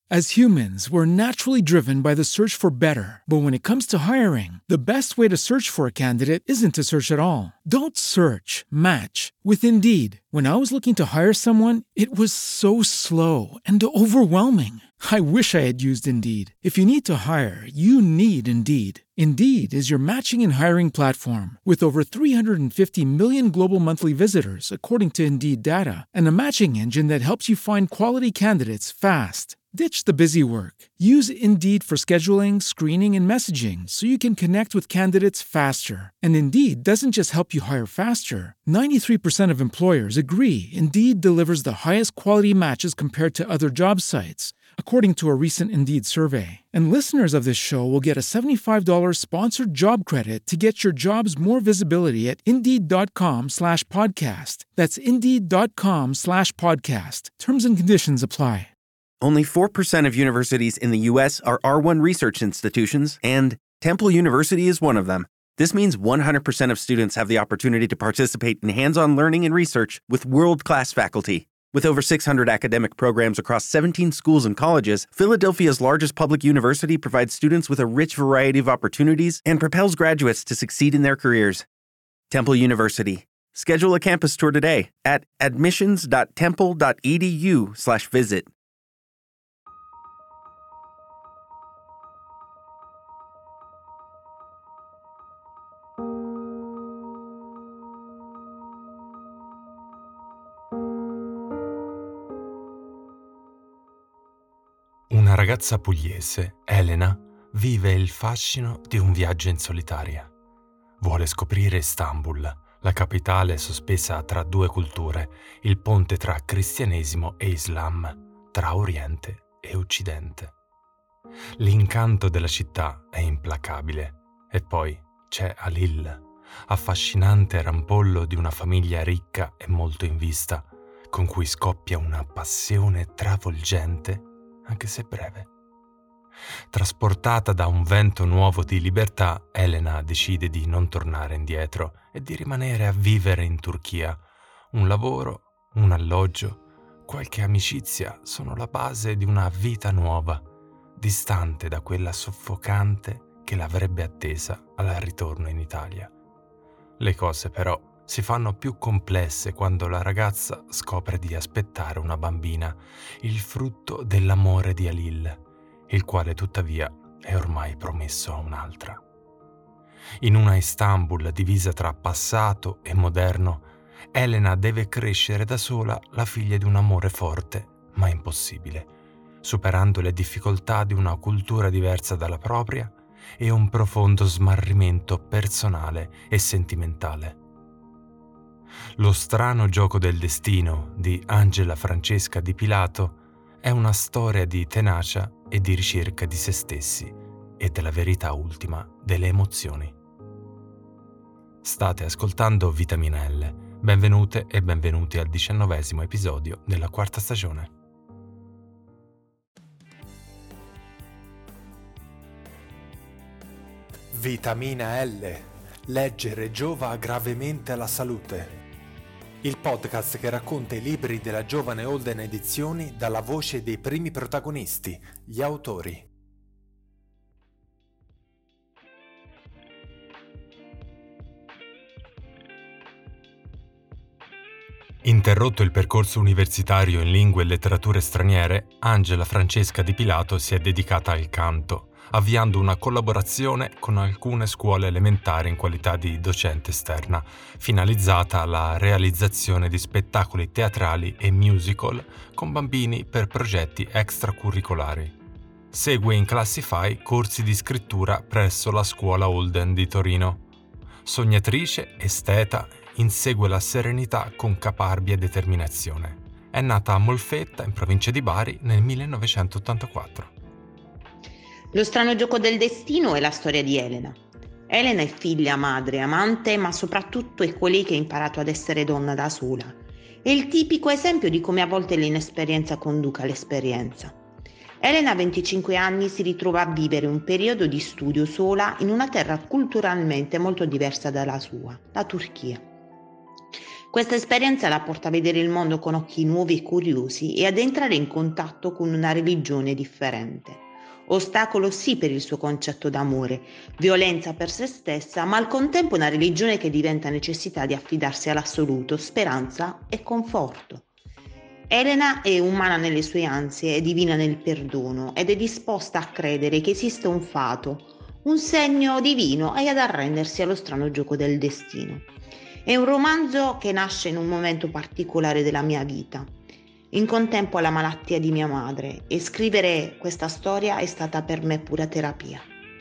As humans, we're naturally driven by the search for better. But when it comes to hiring, the best way to search for a candidate isn't to search at all. Don't search, match with Indeed. When I was looking to hire someone, it was so slow and overwhelming. I wish I had used Indeed. If you need to hire, you need Indeed. Indeed is your matching and hiring platform with over 350 million global monthly visitors, according to Indeed data, and a matching engine that helps you find quality candidates fast. Ditch the busy work. Use Indeed for scheduling, screening, and messaging so you can connect with candidates faster. And Indeed doesn't just help you hire faster. 93% of employers agree Indeed delivers the highest quality matches compared to other job sites, according to a recent Indeed survey. And listeners of this show will get a $75 sponsored job credit to get your jobs more visibility at Indeed.com/podcast. That's Indeed.com/podcast. Terms and conditions apply. Only 4% of universities in the U.S. are R1 research institutions, and Temple University is one of them. This means 100% of students have the opportunity to participate in hands-on learning and research with world-class faculty. With over 600 academic programs across 17 schools and colleges, Philadelphia's largest public university provides students with a rich variety of opportunities and propels graduates to succeed in their careers. Temple University. Schedule a campus tour today at admissions.temple.edu/visit. Una ragazza pugliese, Elena, vive il fascino di un viaggio in solitaria. Vuole scoprire Istanbul, la capitale sospesa tra due culture, il ponte tra cristianesimo e Islam, tra Oriente e Occidente. L'incanto della città è implacabile. E poi c'è Halil, affascinante rampollo di una famiglia ricca e molto in vista, con cui scoppia una passione travolgente, anche se breve. Trasportata da un vento nuovo di libertà, Elena decide di non tornare indietro e di rimanere a vivere in Turchia. Un lavoro, un alloggio, qualche amicizia sono la base di una vita nuova, distante da quella soffocante che l'avrebbe attesa al ritorno in Italia. Le cose però si fanno più complesse quando la ragazza scopre di aspettare una bambina, il frutto dell'amore di Halil, il quale tuttavia è ormai promesso a un'altra. In una Istanbul divisa tra passato e moderno, Elena deve crescere da sola la figlia di un amore forte, ma impossibile, superando le difficoltà di una cultura diversa dalla propria e un profondo smarrimento personale e sentimentale. Lo strano gioco del destino di Angela Francesca Di Pilato è una storia di tenacia e di ricerca di se stessi e della verità ultima delle emozioni. State ascoltando Vitamina L. Benvenute e benvenuti al 19° episodio della 4ª stagione. Vitamina L. Leggere giova gravemente alla salute. Il podcast che racconta i libri della giovane Holden Edizioni dalla voce dei primi protagonisti, gli autori. Interrotto il percorso universitario in lingue e letterature straniere, Angela Francesca Di Pilato si è dedicata al canto, avviando una collaborazione con alcune scuole elementari in qualità di docente esterna, finalizzata alla realizzazione di spettacoli teatrali e musical con bambini per progetti extracurricolari. Segue in Classify corsi di scrittura presso la scuola Holden di Torino. Sognatrice, esteta, insegue la serenità con caparbia e determinazione. È nata a Molfetta, in provincia di Bari, nel 1984. Lo strano gioco del destino è la storia di Elena. Elena è figlia, madre, amante, ma soprattutto è colei che ha imparato ad essere donna da sola. È il tipico esempio di come a volte l'inesperienza conduca all'esperienza. Elena, a 25 anni, si ritrova a vivere un periodo di studio sola in una terra culturalmente molto diversa dalla sua, la Turchia. Questa esperienza la porta a vedere il mondo con occhi nuovi e curiosi e ad entrare in contatto con una religione differente. Ostacolo sì per il suo concetto d'amore, violenza per se stessa, ma al contempo una religione che diventa necessità di affidarsi all'assoluto, speranza e conforto. Elena è umana nelle sue ansie, è divina nel perdono ed è disposta a credere che esiste un fato, un segno divino e ad arrendersi allo strano gioco del destino. È un romanzo che nasce in un momento particolare della mia vita, in contempo alla malattia di mia madre, e scrivere questa storia è stata per me pura terapia.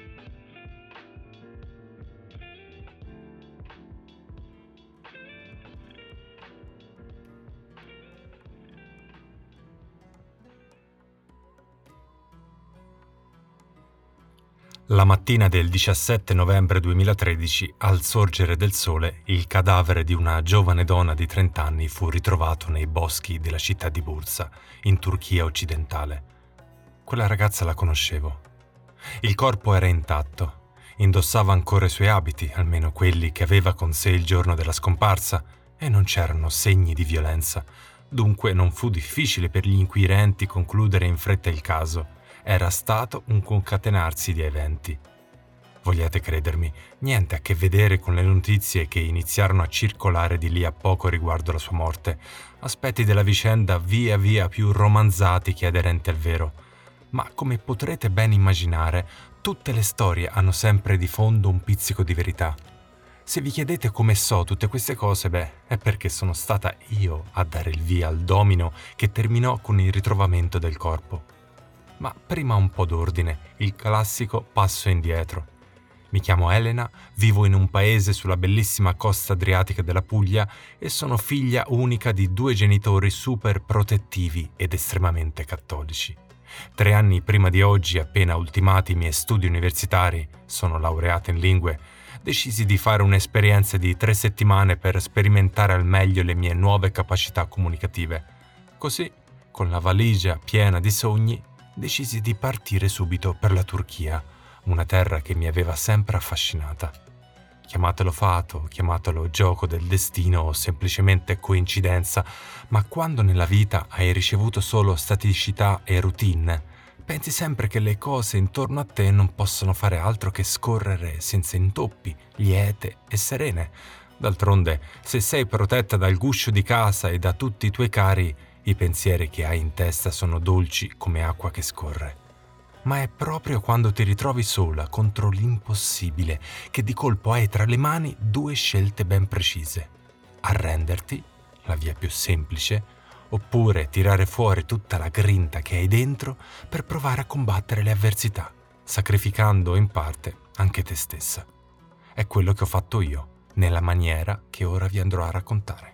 La mattina del 17 novembre 2013, al sorgere del sole, il cadavere di una giovane donna di 30 anni fu ritrovato nei boschi della città di Bursa, in Turchia occidentale. Quella ragazza la conoscevo. Il corpo era intatto, indossava ancora i suoi abiti, almeno quelli che aveva con sé il giorno della scomparsa, e non c'erano segni di violenza. Dunque non fu difficile per gli inquirenti concludere in fretta il caso. Era stato un concatenarsi di eventi. Vogliate credermi, niente a che vedere con le notizie che iniziarono a circolare di lì a poco riguardo la sua morte, aspetti della vicenda via via più romanzati che aderenti al vero. Ma come potrete ben immaginare, tutte le storie hanno sempre di fondo un pizzico di verità. Se vi chiedete come so tutte queste cose, è perché sono stata io a dare il via al domino che terminò con il ritrovamento del corpo. Ma prima un po' d'ordine, il classico passo indietro. Mi chiamo Elena, vivo in un paese sulla bellissima costa adriatica della Puglia e sono figlia unica di 2 genitori super protettivi ed estremamente cattolici. 3 anni prima di oggi, appena ultimati i miei studi universitari, sono laureata in lingue, decisi di fare un'esperienza di 3 settimane per sperimentare al meglio le mie nuove capacità comunicative. Così, con la valigia piena di sogni, decisi di partire subito per la Turchia, una terra che mi aveva sempre affascinata. Chiamatelo fato, chiamatelo gioco del destino o semplicemente coincidenza, ma quando nella vita hai ricevuto solo staticità e routine, pensi sempre che le cose intorno a te non possono fare altro che scorrere senza intoppi, liete e serene. D'altronde, se sei protetta dal guscio di casa e da tutti i tuoi cari, i pensieri che hai in testa sono dolci come acqua che scorre. Ma è proprio quando ti ritrovi sola contro l'impossibile che di colpo hai tra le mani 2 scelte ben precise. Arrenderti, la via più semplice, oppure tirare fuori tutta la grinta che hai dentro per provare a combattere le avversità, sacrificando in parte anche te stessa. È quello che ho fatto io, nella maniera che ora vi andrò a raccontare.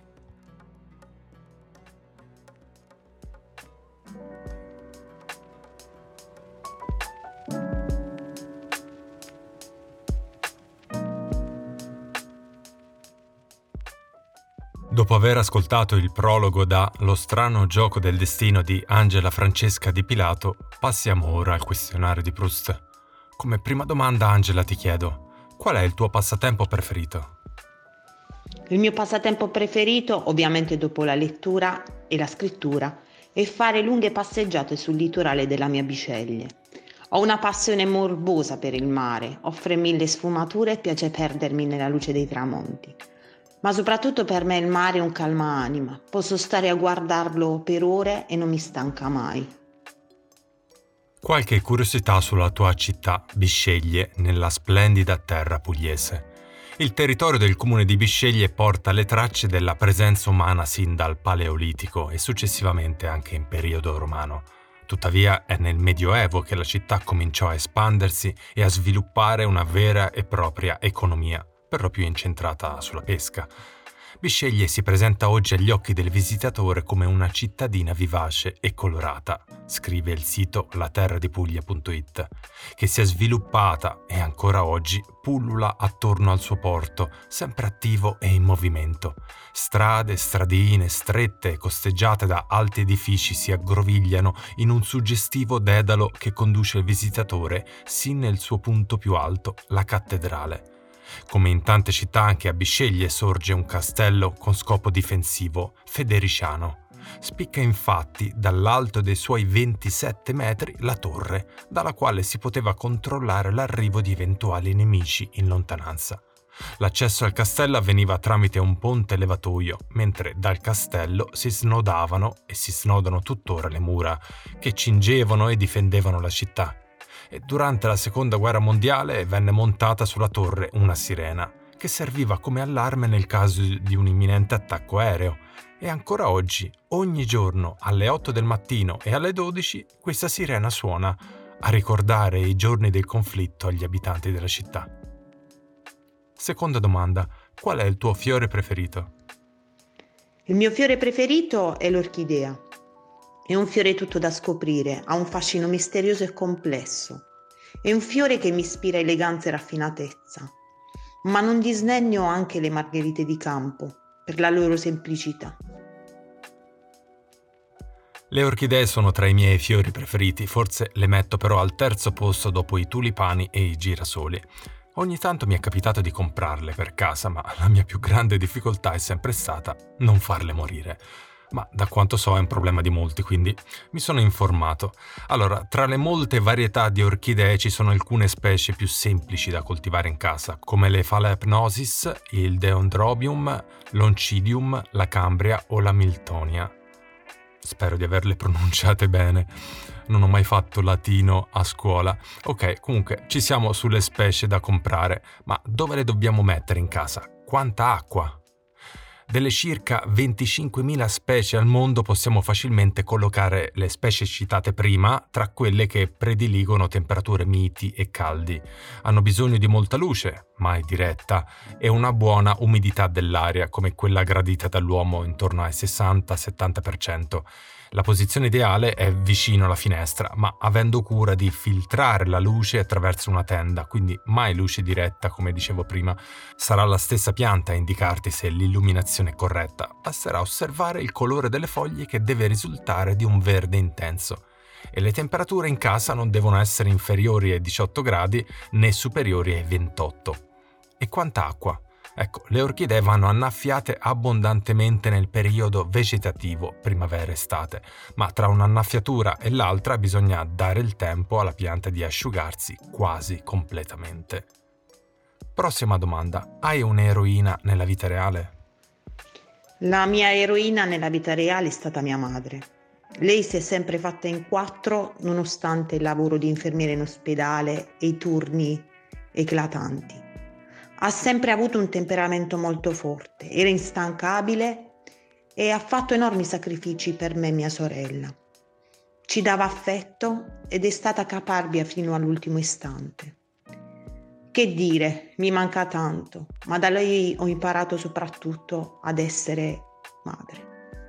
Dopo aver ascoltato il prologo da Lo strano gioco del destino di Angela Francesca Di Pilato, passiamo ora al questionario di Proust. Come prima domanda, Angela, ti chiedo, qual è il tuo passatempo preferito? Il mio passatempo preferito, ovviamente dopo la lettura e la scrittura, è fare lunghe passeggiate sul litorale della mia Biceglie. Ho una passione morbosa per il mare, offre 1000 sfumature e piace perdermi nella luce dei tramonti. Ma soprattutto per me il mare è un calma anima, posso stare a guardarlo per ore e non mi stanca mai. Qualche curiosità sulla tua città, Bisceglie, nella splendida terra pugliese. Il territorio del comune di Bisceglie porta le tracce della presenza umana sin dal Paleolitico e successivamente anche in periodo romano. Tuttavia è nel Medioevo che la città cominciò a espandersi e a sviluppare una vera e propria economia, per lo più incentrata sulla pesca. Bisceglie si presenta oggi agli occhi del visitatore come una cittadina vivace e colorata, scrive il sito laterradipuglia.it, che si è sviluppata e ancora oggi pullula attorno al suo porto, sempre attivo e in movimento. Strade, stradine strette e costeggiate da alti edifici si aggrovigliano in un suggestivo dedalo che conduce il visitatore sin nel suo punto più alto, la cattedrale. Come in tante città, anche a Bisceglie sorge un castello con scopo difensivo, federiciano. Spicca infatti dall'alto dei suoi 27 metri la torre, dalla quale si poteva controllare l'arrivo di eventuali nemici in lontananza. L'accesso al castello avveniva tramite un ponte levatoio, mentre dal castello si snodavano e si snodano tuttora le mura, che cingevano e difendevano la città. E durante la Seconda Guerra Mondiale venne montata sulla torre una sirena, che serviva come allarme nel caso di un imminente attacco aereo. E ancora oggi, ogni giorno, alle 8 del mattino e alle 12, questa sirena suona a ricordare i giorni del conflitto agli abitanti della città. Seconda domanda: qual è il tuo fiore preferito? Il mio fiore preferito è l'orchidea. È un fiore tutto da scoprire, ha un fascino misterioso e complesso. È un fiore che mi ispira eleganza e raffinatezza. Ma non disdegno anche le margherite di campo, per la loro semplicità. Le orchidee sono tra i miei fiori preferiti, forse le metto però al terzo posto dopo i tulipani e i girasoli. Ogni tanto mi è capitato di comprarle per casa, ma la mia più grande difficoltà è sempre stata non farle morire. Ma da quanto so è un problema di molti, quindi mi sono informato. Allora, tra le molte varietà di orchidee ci sono alcune specie più semplici da coltivare in casa, come le Phalaenopsis, il Deodrobium, l'Oncidium, la Cambria o la Miltonia. Spero di averle pronunciate bene. Non ho mai fatto latino a scuola. Ok, comunque ci siamo sulle specie da comprare, ma dove le dobbiamo mettere in casa? Quanta acqua? Delle circa 25.000 specie al mondo possiamo facilmente collocare le specie citate prima tra quelle che prediligono temperature miti e caldi. Hanno bisogno di molta luce, mai diretta, e una buona umidità dell'aria, come quella gradita dall'uomo intorno al 60-70%. La posizione ideale è vicino alla finestra, ma avendo cura di filtrare la luce attraverso una tenda, quindi mai luce diretta, come dicevo prima. Sarà la stessa pianta a indicarti se l'illuminazione è corretta. Basterà osservare il colore delle foglie, che deve risultare di un verde intenso. E le temperature in casa non devono essere inferiori ai 18 gradi né superiori ai 28. E quanta acqua? Ecco, le orchidee vanno annaffiate abbondantemente nel periodo vegetativo, primavera-estate, ma tra un'annaffiatura e l'altra bisogna dare il tempo alla pianta di asciugarsi quasi completamente. Prossima domanda: hai un'eroina nella vita reale? La mia eroina nella vita reale è stata mia madre. Lei si è sempre fatta in quattro nonostante il lavoro di infermiera in ospedale e i turni eclatanti. Ha sempre avuto un temperamento molto forte, era instancabile e ha fatto enormi sacrifici per me e mia sorella. Ci dava affetto ed è stata caparbia fino all'ultimo istante. Che dire, mi manca tanto, ma da lei ho imparato soprattutto ad essere madre.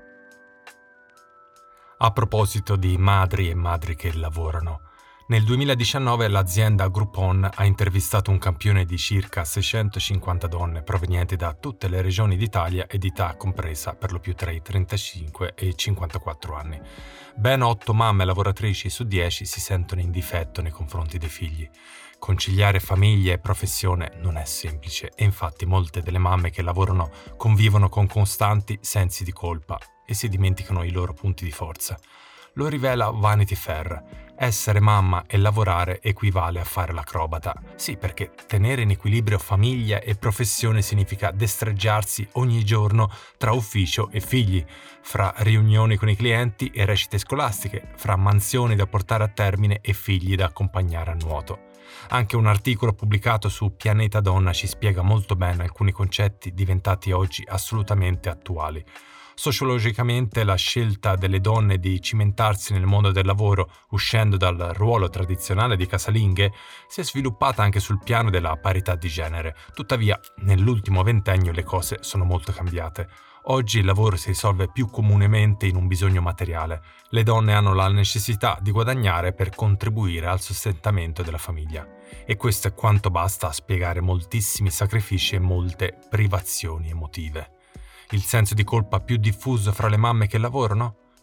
A proposito di madri e madri che lavorano, nel 2019 l'azienda Groupon ha intervistato un campione di circa 650 donne provenienti da tutte le regioni d'Italia ed età compresa per lo più tra i 35 e i 54 anni. Ben 8 mamme lavoratrici su 10 si sentono in difetto nei confronti dei figli. Conciliare famiglia e professione non è semplice e infatti molte delle mamme che lavorano convivono con costanti sensi di colpa e si dimenticano i loro punti di forza. Lo rivela Vanity Fair. Essere mamma e lavorare equivale a fare l'acrobata. Sì, perché tenere in equilibrio famiglia e professione significa destreggiarsi ogni giorno tra ufficio e figli, fra riunioni con i clienti e recite scolastiche, fra mansioni da portare a termine e figli da accompagnare a nuoto. Anche un articolo pubblicato su Pianeta Donna ci spiega molto bene alcuni concetti diventati oggi assolutamente attuali. Sociologicamente la scelta delle donne di cimentarsi nel mondo del lavoro uscendo dal ruolo tradizionale di casalinghe si è sviluppata anche sul piano della parità di genere. Tuttavia, nell'ultimo ventennio le cose sono molto cambiate. Oggi il lavoro si risolve più comunemente in un bisogno materiale. Le donne hanno la necessità di guadagnare per contribuire al sostentamento della famiglia. E questo è quanto basta a spiegare moltissimi sacrifici e molte privazioni emotive. Il senso di colpa più diffuso fra le mamme che lavorano?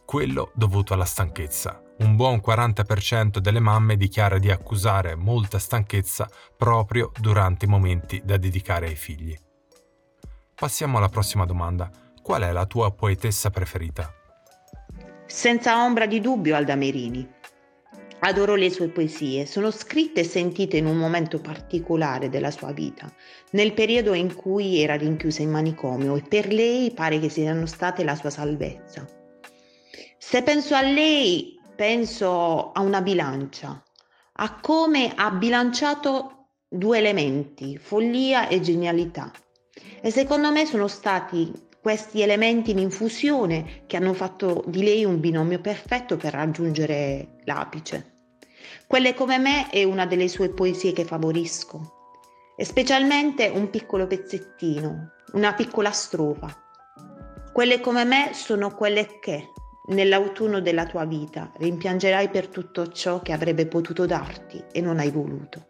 quello dovuto alla stanchezza. Un buon 40% delle mamme dichiara di accusare molta stanchezza proprio durante i momenti da dedicare ai figli. Passiamo alla prossima domanda. Qual è la tua poetessa preferita? Senza ombra di dubbio Alda Merini. Adoro le sue poesie, sono scritte e sentite in un momento particolare della sua vita, nel periodo in cui era rinchiusa in manicomio, e per lei pare che siano state la sua salvezza. Se penso a lei, penso a una bilancia, a come ha bilanciato due elementi, follia e genialità. E secondo me sono stati questi elementi in infusione che hanno fatto di lei un binomio perfetto per raggiungere l'apice. Quelle come me è una delle sue poesie che favorisco, e specialmente un piccolo pezzettino, una piccola strofa. Quelle come me sono quelle che, nell'autunno della tua vita, rimpiangerai per tutto ciò che avrebbe potuto darti e non hai voluto.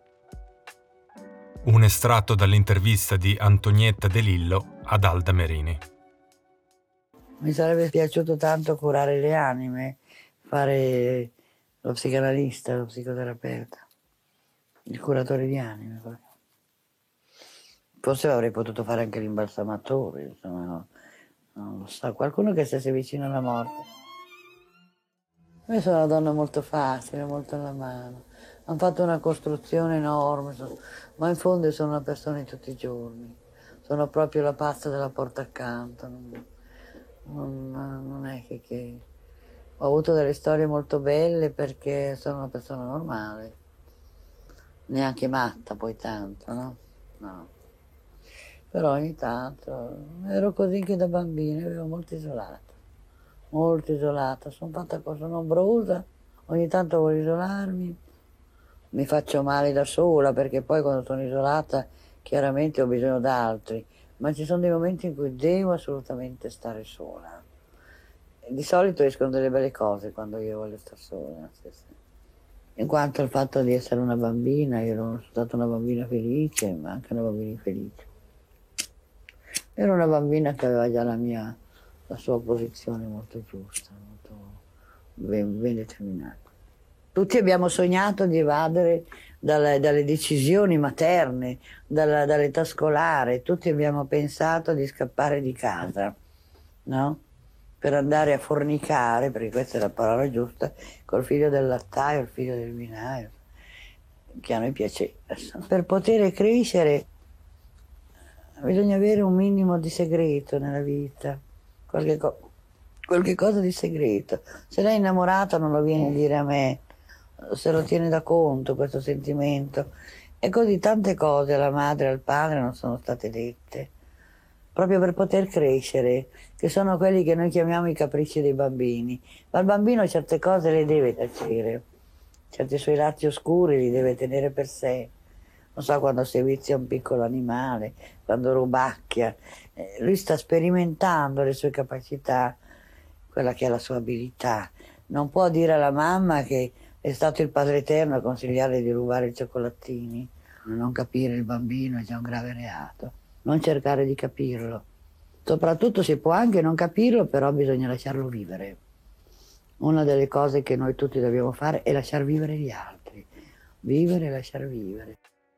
Un estratto dall'intervista di Antonietta De Lillo ad Alda Merini. Mi sarebbe piaciuto tanto curare le anime, fare lo psicanalista, lo psicoterapeuta, il curatore di anime. Forse avrei potuto fare anche l'imbalsamatore, insomma, no, non lo so, qualcuno che stesse vicino alla morte. Io sono una donna molto facile, molto alla mano. Hanno fatto una costruzione enorme, ma in fondo sono una persona di tutti i giorni. Sono proprio la pazza della porta accanto. Non è che... Ho avuto delle storie molto belle perché sono una persona normale. Neanche matta poi tanto, no? No. Però ogni tanto ero così anche da bambina, ero molto isolata. Sono ombrosa, ogni tanto voglio isolarmi. Mi faccio male da sola perché poi quando sono isolata chiaramente ho bisogno d'altri, ma ci sono dei momenti in cui devo assolutamente stare sola. E di solito escono delle belle cose quando io voglio stare sola. In quanto al fatto di essere una bambina, io sono stata una bambina felice, ma anche una bambina infelice. Ero una bambina che aveva già la sua posizione molto giusta, molto ben determinata. Tutti abbiamo sognato di evadere dalle decisioni materne, dall'età scolare, tutti abbiamo pensato di scappare di casa, no? Per andare a fornicare, perché questa è la parola giusta, col figlio del lattaio, il figlio del vinaio, che a noi piaceva. Per poter crescere bisogna avere un minimo di segreto nella vita, qualche cosa di segreto. Se lei è innamorata non lo viene a dire a me, se lo tiene da conto questo sentimento. E così tante cose alla madre e al padre non sono state dette, proprio per poter crescere, che sono quelli che noi chiamiamo i capricci dei bambini. Ma il bambino certe cose le deve tacere, certi suoi lati oscuri li deve tenere per sé. Non so, quando sevizia un piccolo animale, quando rubacchia, lui sta sperimentando le sue capacità, quella che è la sua abilità. Non può dire alla mamma che è stato il Padre Eterno a consigliarle di rubare i cioccolatini. Non capire il bambino è già un grave reato. Non cercare di capirlo. Soprattutto si può anche non capirlo, però bisogna lasciarlo vivere. Una delle cose che noi tutti dobbiamo fare è lasciar vivere gli altri. Vivere e lasciar vivere.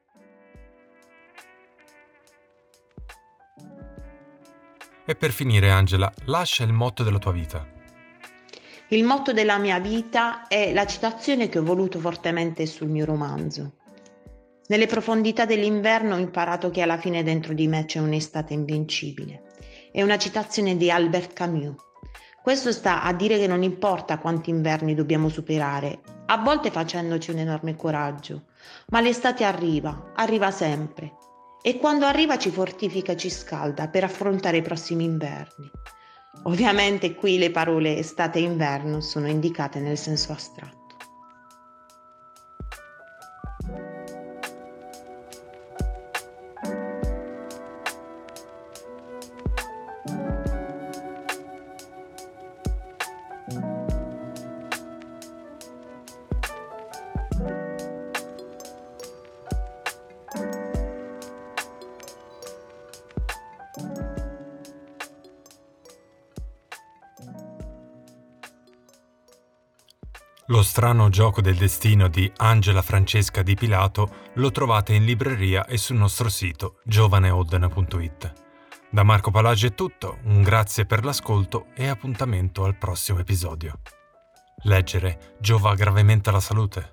E per finire, Angela, lascia il motto della tua vita. Il motto della mia vita è la citazione che ho voluto fortemente sul mio romanzo. Nelle profondità dell'inverno ho imparato che alla fine dentro di me c'è un'estate invincibile. È una citazione di Albert Camus. Questo sta a dire che non importa quanti inverni dobbiamo superare, a volte facendoci un enorme coraggio, ma l'estate arriva sempre. E quando arriva ci fortifica e ci scalda per affrontare i prossimi inverni. Ovviamente qui le parole estate e inverno sono indicate nel senso astratto. Lo strano gioco del destino di Angela Francesca Di Pilato lo trovate in libreria e sul nostro sito giovaneoldena.it. Da Marco Palagi è tutto, un grazie per l'ascolto e appuntamento al prossimo episodio. Leggere giova gravemente alla salute.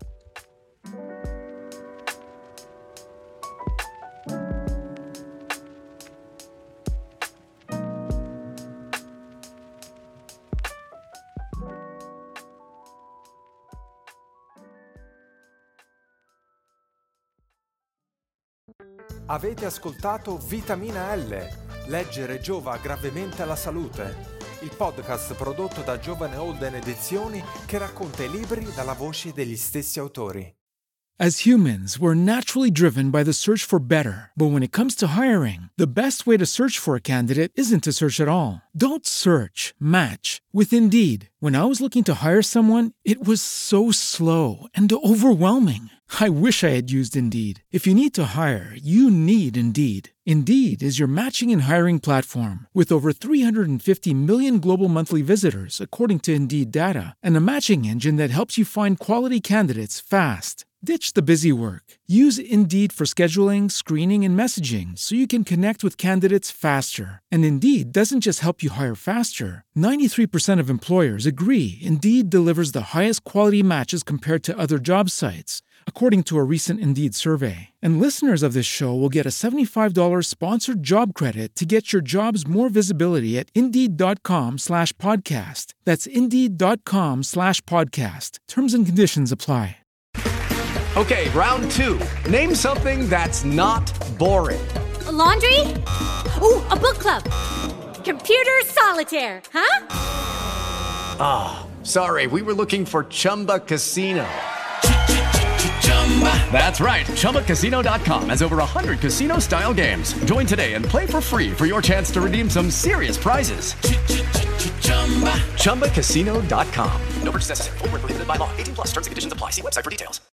Avete ascoltato Vitamina L, leggere giova gravemente alla salute, il podcast prodotto da Giovane Holden Edizioni che racconta i libri dalla voce degli stessi autori. As humans, we're naturally driven by the search for better. But when it comes to hiring, the best way to search for a candidate isn't to search at all. Don't search, match with Indeed. When I was looking to hire someone, it was so slow and overwhelming. I wish I had used Indeed. If you need to hire, you need Indeed. Indeed is your matching and hiring platform with over 350 million global monthly visitors, according to Indeed data, and a matching engine that helps you find quality candidates fast. Ditch the busy work. Use Indeed for scheduling, screening, and messaging so you can connect with candidates faster. And Indeed doesn't just help you hire faster. 93% of employers agree Indeed delivers the highest quality matches compared to other job sites, according to a recent Indeed survey. And listeners of this show will get a $75 sponsored job credit to get your jobs more visibility at Indeed.com/podcast. That's Indeed.com/podcast. Terms and conditions apply. Okay, round two. Name something that's not boring. A laundry? Ooh, a book club. Computer solitaire, huh? Ah, sorry, we were looking for Chumba Casino. That's right, ChumbaCasino.com has over 100 casino-style games. Join today and play for free for your chance to redeem some serious prizes. ChumbaCasino.com. No purchase necessary. Void where prohibited by law. 18+ terms and conditions apply. See website for details.